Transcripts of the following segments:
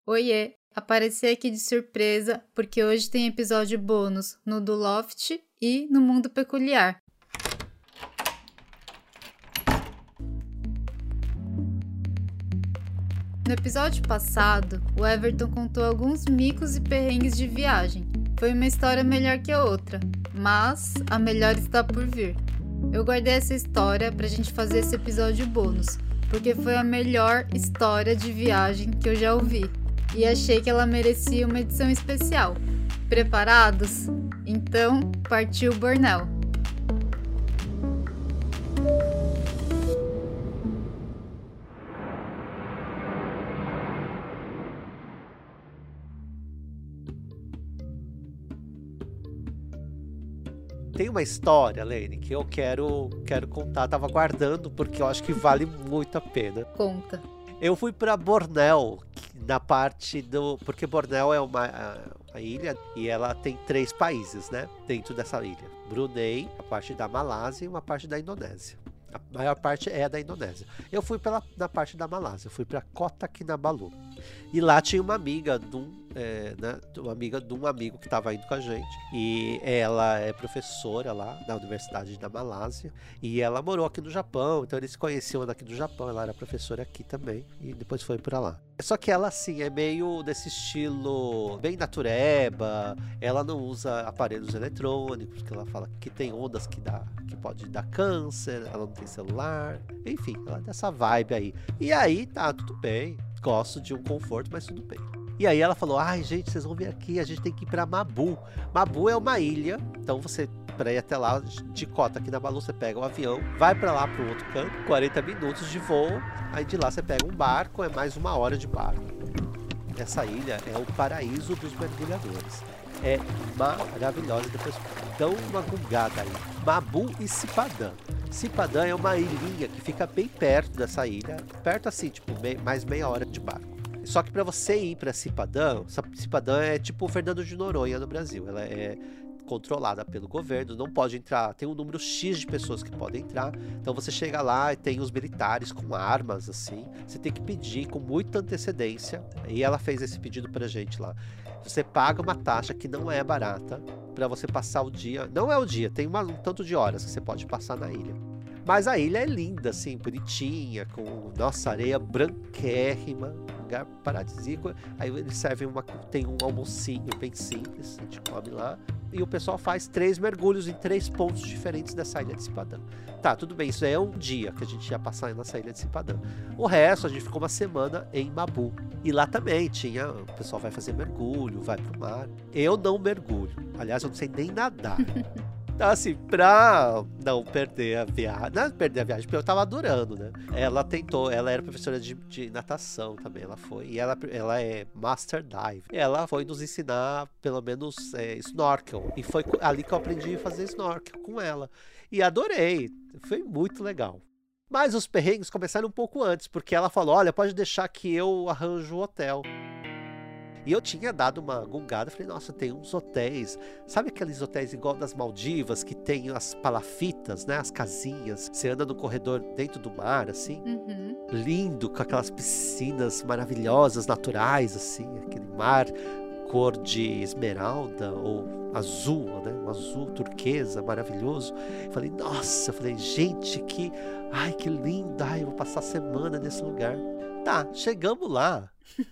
Oiê, apareci aqui de surpresa porque hoje tem episódio bônus no do Loft e no Mundo Peculiar. No episódio passado, o Everton contou alguns micos e perrengues de viagem. Foi uma história melhor que a outra, mas a melhor está por vir. Eu guardei essa história pra gente fazer esse episódio bônus, porque foi a melhor história de viagem que eu já ouvi. E achei que ela merecia uma edição especial. Preparados? Então, partiu o Bornéu. Tem uma história, Lene, que eu quero contar. Tava guardando porque eu acho que vale muito a pena. Conta. Eu fui para Bornéu, na parte do... Porque Bornéu é uma ilha e ela tem 3 países, né? Dentro dessa ilha. Brunei, a parte da Malásia e uma parte da Indonésia. A maior parte é da Indonésia. Eu fui na parte da Malásia, eu fui para Kota Kinabalu. E lá tinha uma amiga de um amigo que estava indo com a gente. E ela é professora lá na Universidade da Malásia. E ela morou aqui no Japão, então eles se conheciam daqui do Japão. Ela era professora aqui também. E depois foi para lá. Só que ela, assim, é meio desse estilo bem natureba. Ela não usa aparelhos eletrônicos, porque ela fala que tem ondas que pode dar câncer. Ela não tem celular. Enfim, ela é dessa vibe aí. E aí, tá, tudo bem. Gosto de um conforto, mas tudo bem. E aí ela falou, gente, vocês vão vir aqui, a gente tem que ir pra Mabu. Mabu é uma ilha, então você, pra ir até lá, de Kota Kinabalu, você pega um avião, vai pra lá pro outro canto, 40 minutos de voo, aí de lá você pega um barco, é mais 1 hora de barco. Essa ilha é o paraíso dos mergulhadores. É maravilhosa, depois dão uma gulgada aí. Mabu e Sipadã. Sipadã é uma ilhinha que fica bem perto dessa ilha, perto assim, tipo, mais meia hora de barco. Só que para você ir para Sipadã é tipo o Fernando de Noronha no Brasil. Ela é controlada pelo governo, não pode entrar, tem um número X de pessoas que podem entrar. Então você chega lá e tem os militares com armas, assim. Você tem que pedir com muita antecedência. E ela fez esse pedido pra gente lá. Você paga uma taxa que não é barata para você passar o dia. Não é o dia, tem um tanto de horas que você pode passar na ilha. Mas a ilha é linda, assim, bonitinha, com nossa areia branquérrima, lugar paradisíaco. Aí eles servem tem um almocinho bem simples, a gente come lá. E o pessoal faz 3 mergulhos em 3 pontos diferentes dessa ilha de Sipadã. Tá, tudo bem, isso é um dia que a gente ia passar nessa ilha de Sipadã. O resto, a gente ficou uma semana em Mabu. E lá também o pessoal vai fazer mergulho, vai pro mar. Eu não mergulho. Aliás, eu não sei nem nadar. Então, assim, pra não perder a viagem. Não perder a viagem, porque eu tava adorando, né? Ela era professora de natação também, ela foi. E ela é Master Dive. Ela foi nos ensinar, pelo menos, snorkel. E foi ali que eu aprendi a fazer snorkel com ela. E adorei. Foi muito legal. Mas os perrengues começaram um pouco antes, porque ela falou, olha, pode deixar que eu arranjo o hotel. E eu tinha dado uma gulgada, falei, nossa, tem uns hotéis, sabe aqueles hotéis igual das Maldivas, que tem as palafitas, né, as casinhas, você anda no corredor dentro do mar, assim, lindo, com aquelas piscinas maravilhosas, naturais, assim, aquele mar cor de esmeralda ou azul, né, um azul turquesa, maravilhoso. Falei, nossa, gente, que lindo, eu vou passar a semana nesse lugar. Tá, chegamos lá.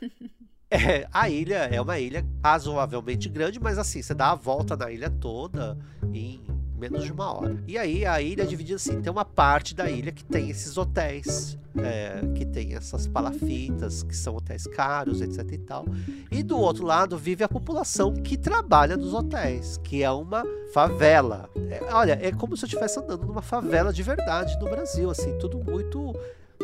A ilha é uma ilha razoavelmente grande, mas assim, você dá a volta na ilha toda em menos de 1 hora. E aí a ilha é dividida assim, tem uma parte da ilha que tem esses hotéis, que tem essas palafitas, que são hotéis caros, etc e tal. E do outro lado vive a população que trabalha nos hotéis, que é uma favela. Olha, é como se eu estivesse andando numa favela de verdade no Brasil, assim, tudo muito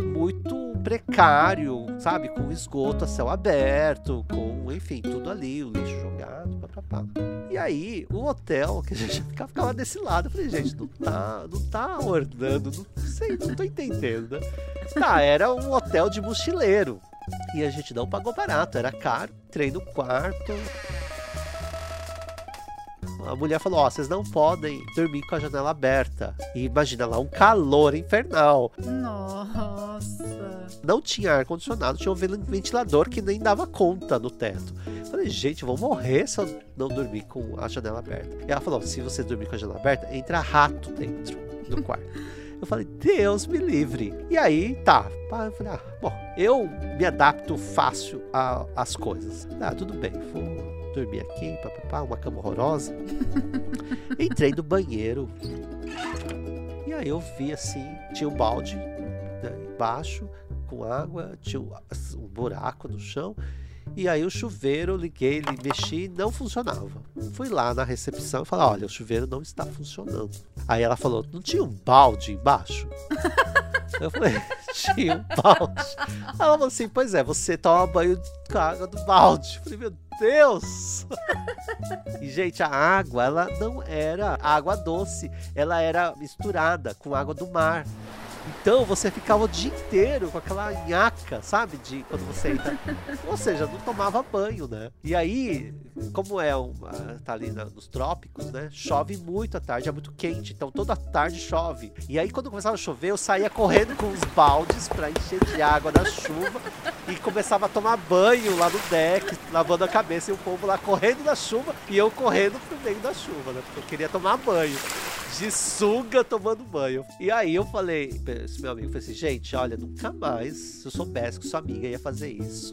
precário, sabe? Com esgoto a céu aberto, com, enfim, tudo ali, o lixo jogado, papapá. E aí, o hotel, que a gente ficava desse lado, eu falei, gente, não tá ornando, não sei, não tô entendendo, né? Tá, era um hotel de mochileiro. E a gente não pagou barato, era caro. Entrei no quarto. a mulher falou, ó, vocês não podem dormir com a janela aberta. E imagina lá, um calor infernal. Nossa. Não tinha ar-condicionado, tinha um ventilador que nem dava conta no teto. Falei, gente, eu vou morrer se eu não dormir com a janela aberta. E ela falou, se você dormir com a janela aberta, entra rato dentro do quarto. Eu falei, Deus me livre. E aí, tá. Eu falei, bom, eu me adapto fácil às coisas. Tudo bem, vou dormir aqui, uma cama horrorosa. Entrei no banheiro. E aí eu vi assim, tinha um balde, né, embaixo, com água, tinha um buraco no chão. E aí o chuveiro, liguei, mexi, não funcionava. Fui lá na recepção e falei, olha, o chuveiro não está funcionando. Aí ela falou, não tinha um balde embaixo? Eu falei, tinha um balde. Ela falou assim, pois é, você toma banho com a água do balde. Eu falei, meu Deus! E, gente, a água, ela não era água doce, ela era misturada com água do mar. Então você ficava o dia inteiro com aquela nhaca, sabe? De quando você entra. Ou seja, não tomava banho, né? E aí, como tá ali nos trópicos, né? Chove muito à tarde, é muito quente. Então toda tarde chove. E aí quando começava a chover, eu saía correndo com os baldes pra encher de água da chuva. E começava a tomar banho lá no deck, lavando a cabeça. E o povo lá correndo da chuva e eu correndo pro meio da chuva, né? Porque eu queria tomar banho. De sunga tomando banho. E aí eu falei, esse meu amigo falou assim, gente, olha, nunca mais, se eu soubesse que sua amiga ia fazer isso.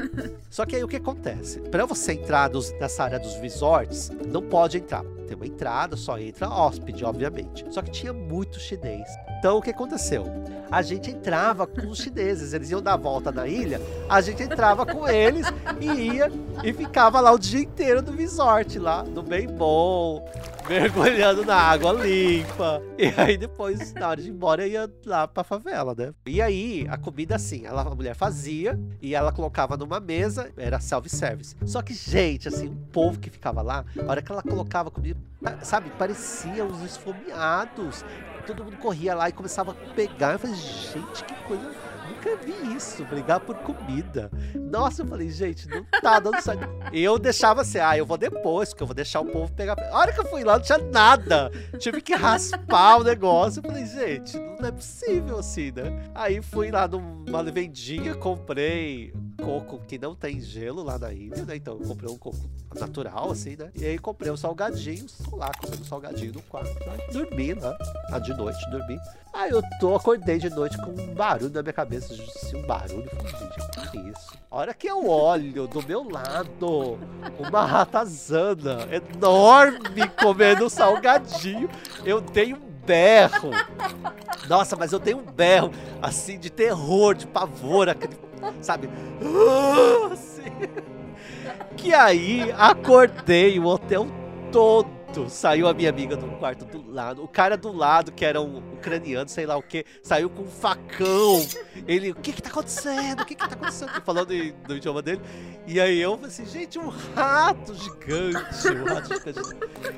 Só que aí o que acontece? Pra você entrar nessa área dos resorts, não pode entrar. Tem uma entrada, só entra hóspede, obviamente. Só que tinha muito chinês. Então o que aconteceu? A gente entrava com os chineses, eles iam dar a volta na ilha, a gente entrava com eles e ia e ficava lá o dia inteiro no resort, lá, no bem bom, mergulhando na água limpa. E aí depois, na hora de ir embora, ia lá pra favela, né? E aí, a comida assim, a mulher fazia e ela colocava numa mesa, era self-service. Só que, gente, assim, o povo que ficava lá, a hora que ela colocava comida, sabe, parecia uns esfomeados. Todo mundo corria lá e começava a pegar. Eu falei, gente, que coisa... Nunca vi isso, brigar por comida. Nossa, eu falei, gente, não tá dando certo. Eu deixava assim, eu vou depois, porque eu vou deixar o povo pegar. A hora que eu fui lá, não tinha nada. Tive que raspar o negócio. Eu falei, gente, não é possível assim, né? Aí fui lá numa vendinha, comprei coco que não tem gelo lá na Índia, né? Então eu comprei um coco natural, assim, né? E aí comprei um salgadinho, tô lá comendo um salgadinho no quarto. Aí dormi lá, de noite, dormi. Aí eu acordei de noite com um barulho na minha cabeça, assim, um barulho, falei, gente, que isso? A hora que eu olho do meu lado, uma ratazana enorme comendo um salgadinho, eu dei um berro. Nossa, mas eu dei um berro, assim, de terror, de pavor, aquele, sabe? Assim. Que aí, acordei o hotel todo. Saiu a minha amiga do quarto do lado. O cara do lado, que era um ucraniano, sei lá o que, saiu com um facão. Ele, o que tá acontecendo? O que tá acontecendo? Falando no idioma dele. E aí eu falei assim, gente, um rato gigante. Um rato gigante.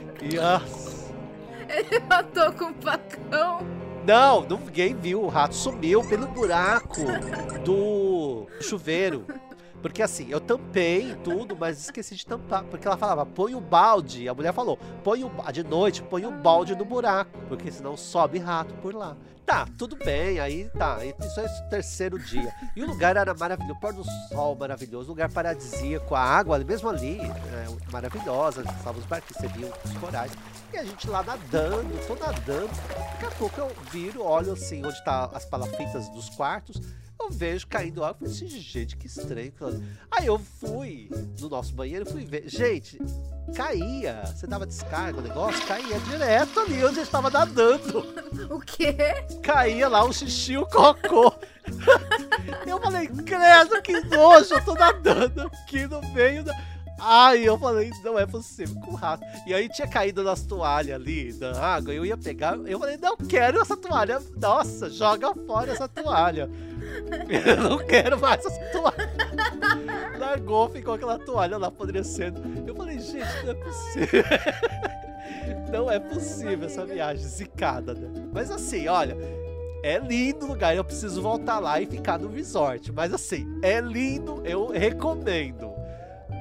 E ele matou com um facão. Não, ninguém viu. O rato sumiu pelo buraco do chuveiro. Porque assim, eu tampei tudo, mas esqueci de tampar. Porque ela falava, põe o balde. A mulher falou, de noite, põe o balde no buraco. Porque senão sobe rato por lá. Tá, tudo bem, aí tá. Isso é o terceiro dia. E o lugar era maravilhoso, pôr do sol maravilhoso, lugar paradisíaco, a água mesmo ali, maravilhosa. Estavam os barquinhos, você via os corais. E a gente lá nadando, tô nadando. Daqui a pouco eu viro, olho assim, onde tá as palafitas dos quartos. Eu vejo caindo água, eu falei assim, gente, que estranho. Aí eu fui no nosso banheiro, fui ver. Gente, caía, você dava descarga, o negócio caía direto ali onde eu estava nadando. O quê? Caía lá o xixi, o cocô. Eu falei, credo, que nojo, eu tô nadando aqui no meio da... Ai, eu falei, não é possível, com o rato. E aí tinha caído nas toalhas ali, na água, eu ia pegar, eu falei, não quero essa toalha. Nossa, joga fora essa toalha. Eu não quero mais essa toalha. Largou, ficou aquela toalha lá apodrecendo. Eu falei, gente, não é possível. Não é possível essa viagem zicada, né? Mas assim, olha, é lindo o lugar, eu preciso voltar lá e ficar no resort. Mas assim, é lindo, eu recomendo.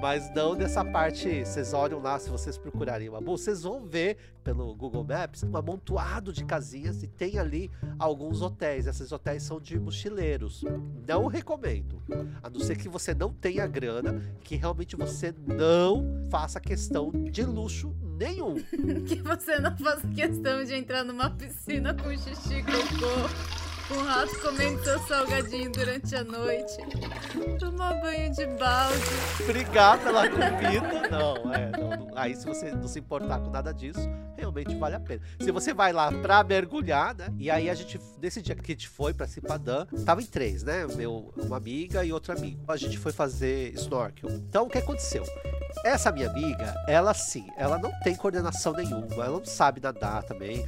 Mas não nessa parte. Vocês olham lá, se vocês procurarem o Abu, vocês vão ver pelo Google Maps um amontoado de casinhas e tem ali alguns hotéis. Esses hotéis são de mochileiros. Não recomendo. A não ser que você não tenha grana, que realmente você não faça questão de luxo nenhum. Que você não faça questão de entrar numa piscina com xixi e cocô, com um rato comendo seu salgadinho durante a noite, tomar banho de balde, Brigar pela comida, não. Aí se você não se importar com nada disso, realmente vale a pena. Se você vai lá pra mergulhar, né? E aí nesse dia que a gente foi pra Cipadã, tava em 3, né? Uma amiga e outro amigo. A gente foi fazer snorkel. Então o que aconteceu? Essa minha amiga, ela não tem coordenação nenhuma, ela não sabe nadar também.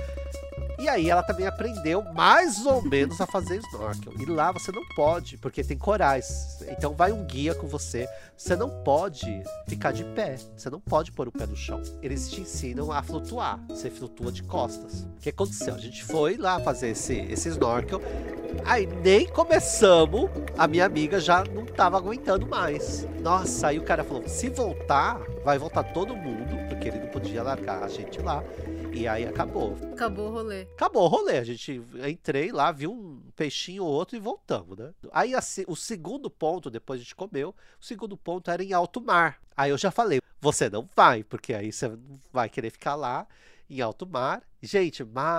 E aí ela também aprendeu mais ou menos a fazer snorkel. E lá você não pode, porque tem corais. Então vai um guia com você. Você não pode ficar de pé. Você não pode pôr o pé no chão. Eles te ensinam a flutuar. Você flutua de costas. O que aconteceu? A gente foi lá fazer esse snorkel. Aí nem começamos, a minha amiga já não tava aguentando mais. Nossa, aí o cara falou, se voltar, vai voltar todo mundo, porque ele não podia largar a gente lá. E aí acabou. Acabou o rolê. Acabou o rolê. A gente entrei lá, viu um peixinho ou outro e voltamos, né? Aí o segundo ponto, depois a gente comeu, o segundo ponto era em alto mar. Aí eu já falei, você não vai, porque aí você não vai querer ficar lá em alto mar. Gente,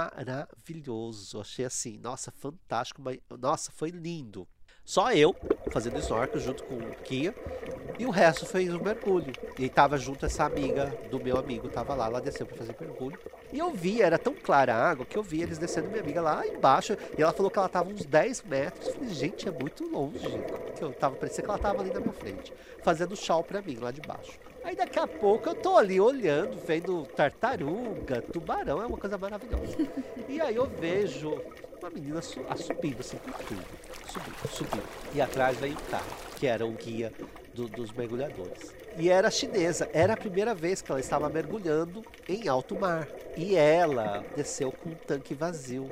maravilhoso. Achei assim, nossa, fantástico. Nossa, foi lindo. Só eu fazendo snorkel junto com o Kia. E o resto fez um mergulho. E tava junto essa amiga do meu amigo. Tava lá, ela desceu pra fazer mergulho. E eu vi, era tão clara a água que eu vi eles descendo minha amiga lá embaixo. E ela falou que ela tava uns 10 metros. Eu falei, gente, é muito longe. Parecia que ela tava ali na minha frente. Fazendo chau pra mim lá de baixo. Aí daqui a pouco eu tô ali olhando, vendo tartaruga, tubarão. É uma coisa maravilhosa. E aí eu vejo uma menina subindo assim com tudo. Subindo. E atrás veio o cara, que era o guia dos mergulhadores. E era chinesa. Era a primeira vez que ela estava mergulhando em alto mar. E ela desceu com um tanque vazio.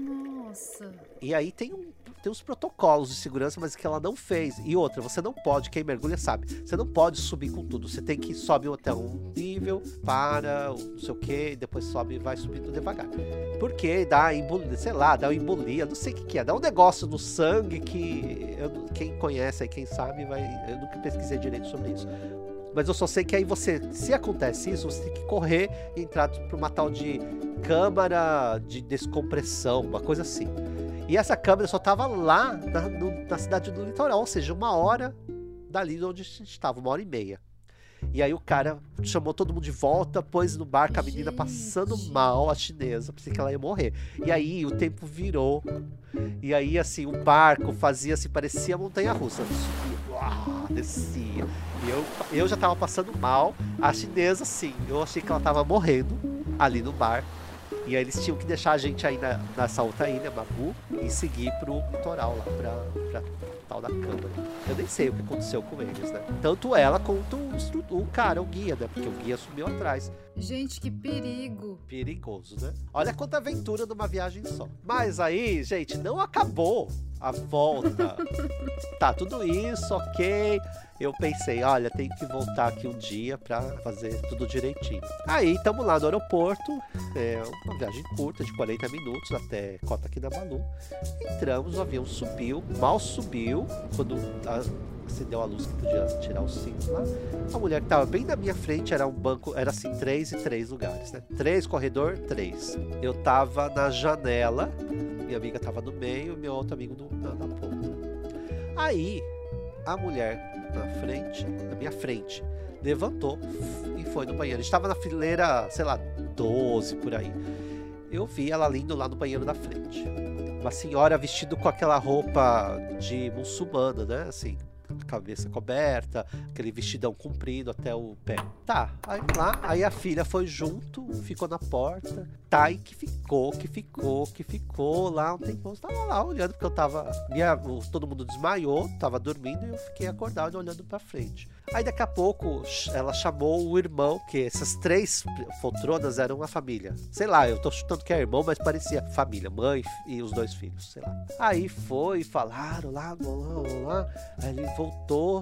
Nossa. E aí tem uns protocolos de segurança, mas que ela não fez. E outra, você não pode, quem mergulha sabe, você não pode subir com tudo. Você tem que subir até um nível, para, não sei o que, depois sobe e vai subindo devagar. Porque dá embolia, sei lá, dá uma embolia, não sei o que é. Dá um negócio no sangue que quem conhece aí, quem sabe, eu nunca pesquisei direito sobre isso. Mas eu só sei que aí se acontece isso, você tem que correr e entrar para uma tal de câmara de descompressão, uma coisa assim. E essa câmera só tava lá na cidade do litoral, ou seja, 1 hora dali onde a gente estava, 1h30. E aí o cara chamou todo mundo de volta, pôs no barco a menina passando mal, a chinesa, pensei que ela ia morrer. E aí o tempo virou. E aí assim, o barco fazia assim, parecia montanha-russa. Subia, descia. E eu já tava passando mal, a chinesa sim, eu achei que ela tava morrendo ali no barco. E aí eles tinham que deixar a gente aí nessa outra ilha, Babu, e seguir pro litoral lá, pra tal da câmara. Eu nem sei o que aconteceu com eles, né? Tanto ela quanto o cara, o guia, né? Porque o guia sumiu atrás. Gente, que perigo. Perigoso, né? Olha quanta aventura numa viagem só. Mas aí, gente, não acabou a volta. Tá, tudo isso, ok. Eu pensei, olha, tenho que voltar aqui um dia pra fazer tudo direitinho. Aí, tamo lá no aeroporto, uma viagem curta de 40 minutos até Kota Kinabalu. Entramos, o avião subiu, mal subiu, quando acendeu a luz que podia tirar o cinto lá. A mulher que tava bem na minha frente era um banco, era assim, 3 e 3 lugares, né? 3 corredor, 3. Eu tava na janela, minha amiga tava no meio e meu outro amigo na ponta. Aí, a mulher na minha frente, levantou e foi no banheiro. A gente tava na fileira, sei lá, 12 por aí. Eu vi ela indo lá no banheiro da frente. Uma senhora vestida com aquela roupa de muçulmana, né? Assim, cabeça coberta, aquele vestidão comprido até o pé. Tá, aí a filha foi junto, ficou na porta. Tá, e que ficou lá um tempo. Eu tava lá olhando, porque eu tava. Todo mundo desmaiou, tava dormindo e eu fiquei acordado olhando pra frente. Aí daqui a pouco ela chamou o irmão, que essas 3 poltronas eram uma família. Sei lá, eu tô chutando que é irmão, mas parecia família, mãe e os 2 filhos, sei lá. Aí falaram lá. Aí ele voltou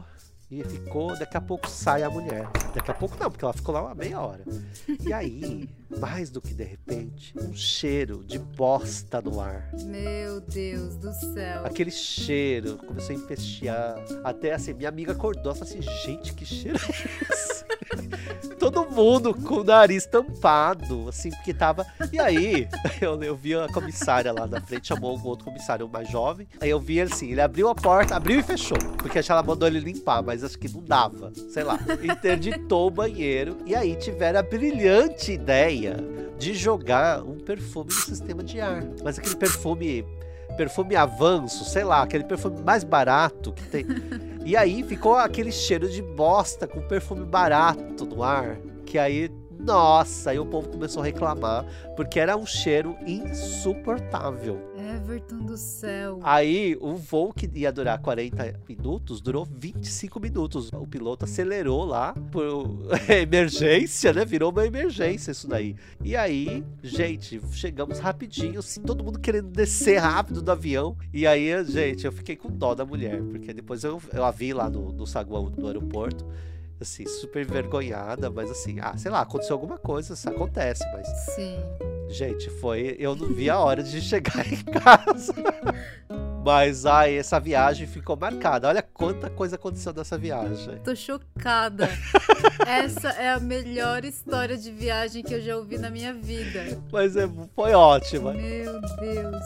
E ficou, daqui a pouco sai a mulher. Daqui a pouco não, porque ela ficou lá uma meia hora. E aí, mais do que de repente, um cheiro de bosta no ar. Meu Deus do céu. Aquele cheiro começou a empestear. Até assim, minha amiga acordou e falou assim, gente, que cheiro é esse? Todo mundo com o nariz tampado, assim, porque tava... E aí, eu vi a comissária lá na frente, chamou um outro comissário mais jovem. Aí eu vi ele assim, ele abriu a porta, abriu e fechou. Porque ela mandou ele limpar, mas acho que não dava, sei lá. Interditou o banheiro. E aí tiveram a brilhante ideia de jogar um perfume no sistema de ar. Mas aquele perfume avanço, sei lá, aquele perfume mais barato que tem. E aí ficou aquele cheiro de bosta com perfume barato no ar, que aí, nossa, aí o povo começou a reclamar, porque era um cheiro insuportável. Everton do céu. Aí o voo que ia durar 40 minutos, durou 25 minutos. O piloto acelerou lá por emergência, né? Virou uma emergência isso daí. E aí, gente, chegamos rapidinho, assim, todo mundo querendo descer rápido do avião. E aí, gente, eu fiquei com dó da mulher, porque depois eu a vi lá no saguão do aeroporto. Assim, super envergonhada, mas assim, sei lá, aconteceu alguma coisa, isso acontece, mas... Sim. Gente, eu não vi a hora de chegar em casa. Mas, essa viagem ficou marcada. Olha quanta coisa aconteceu nessa viagem. Tô chocada. Essa é a melhor história de viagem que eu já ouvi na minha vida. Mas foi ótima. Meu Deus.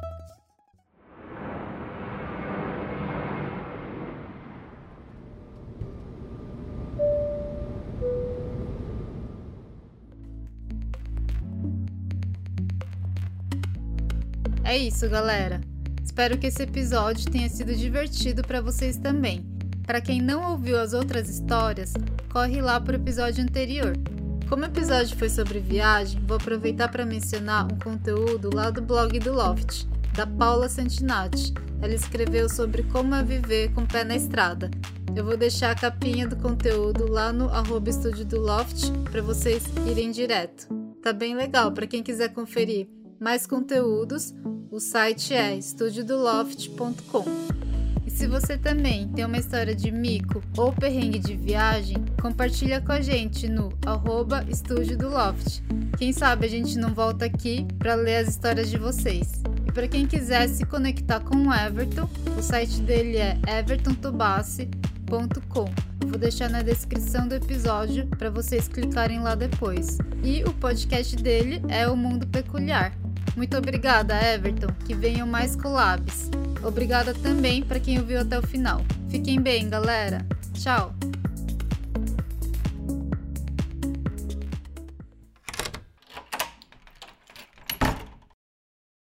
É isso, galera. Espero que esse episódio tenha sido divertido para vocês também. Para quem não ouviu as outras histórias, corre lá pro episódio anterior. Como o episódio foi sobre viagem, vou aproveitar para mencionar um conteúdo lá do blog do Loft, da Paula Santinatti. Ela escreveu sobre como é viver com o pé na estrada. Eu vou deixar a capinha do conteúdo lá no @estúdio do Loft para vocês irem direto. Tá bem legal para quem quiser conferir mais conteúdos. O site é estudiodoloft.com. E se você também tem uma história de mico ou perrengue de viagem, compartilha com a gente no @estudiodoloft. Quem sabe a gente não volta aqui para ler as histórias de vocês. E para quem quiser se conectar com o Everton, o site dele é evertontobassi.com. Vou deixar na descrição do episódio para vocês clicarem lá depois. E o podcast dele é O Mundo Peculiar. Muito obrigada, Everton, que venham mais collabs. Obrigada também para quem ouviu até o final. Fiquem bem, galera. Tchau!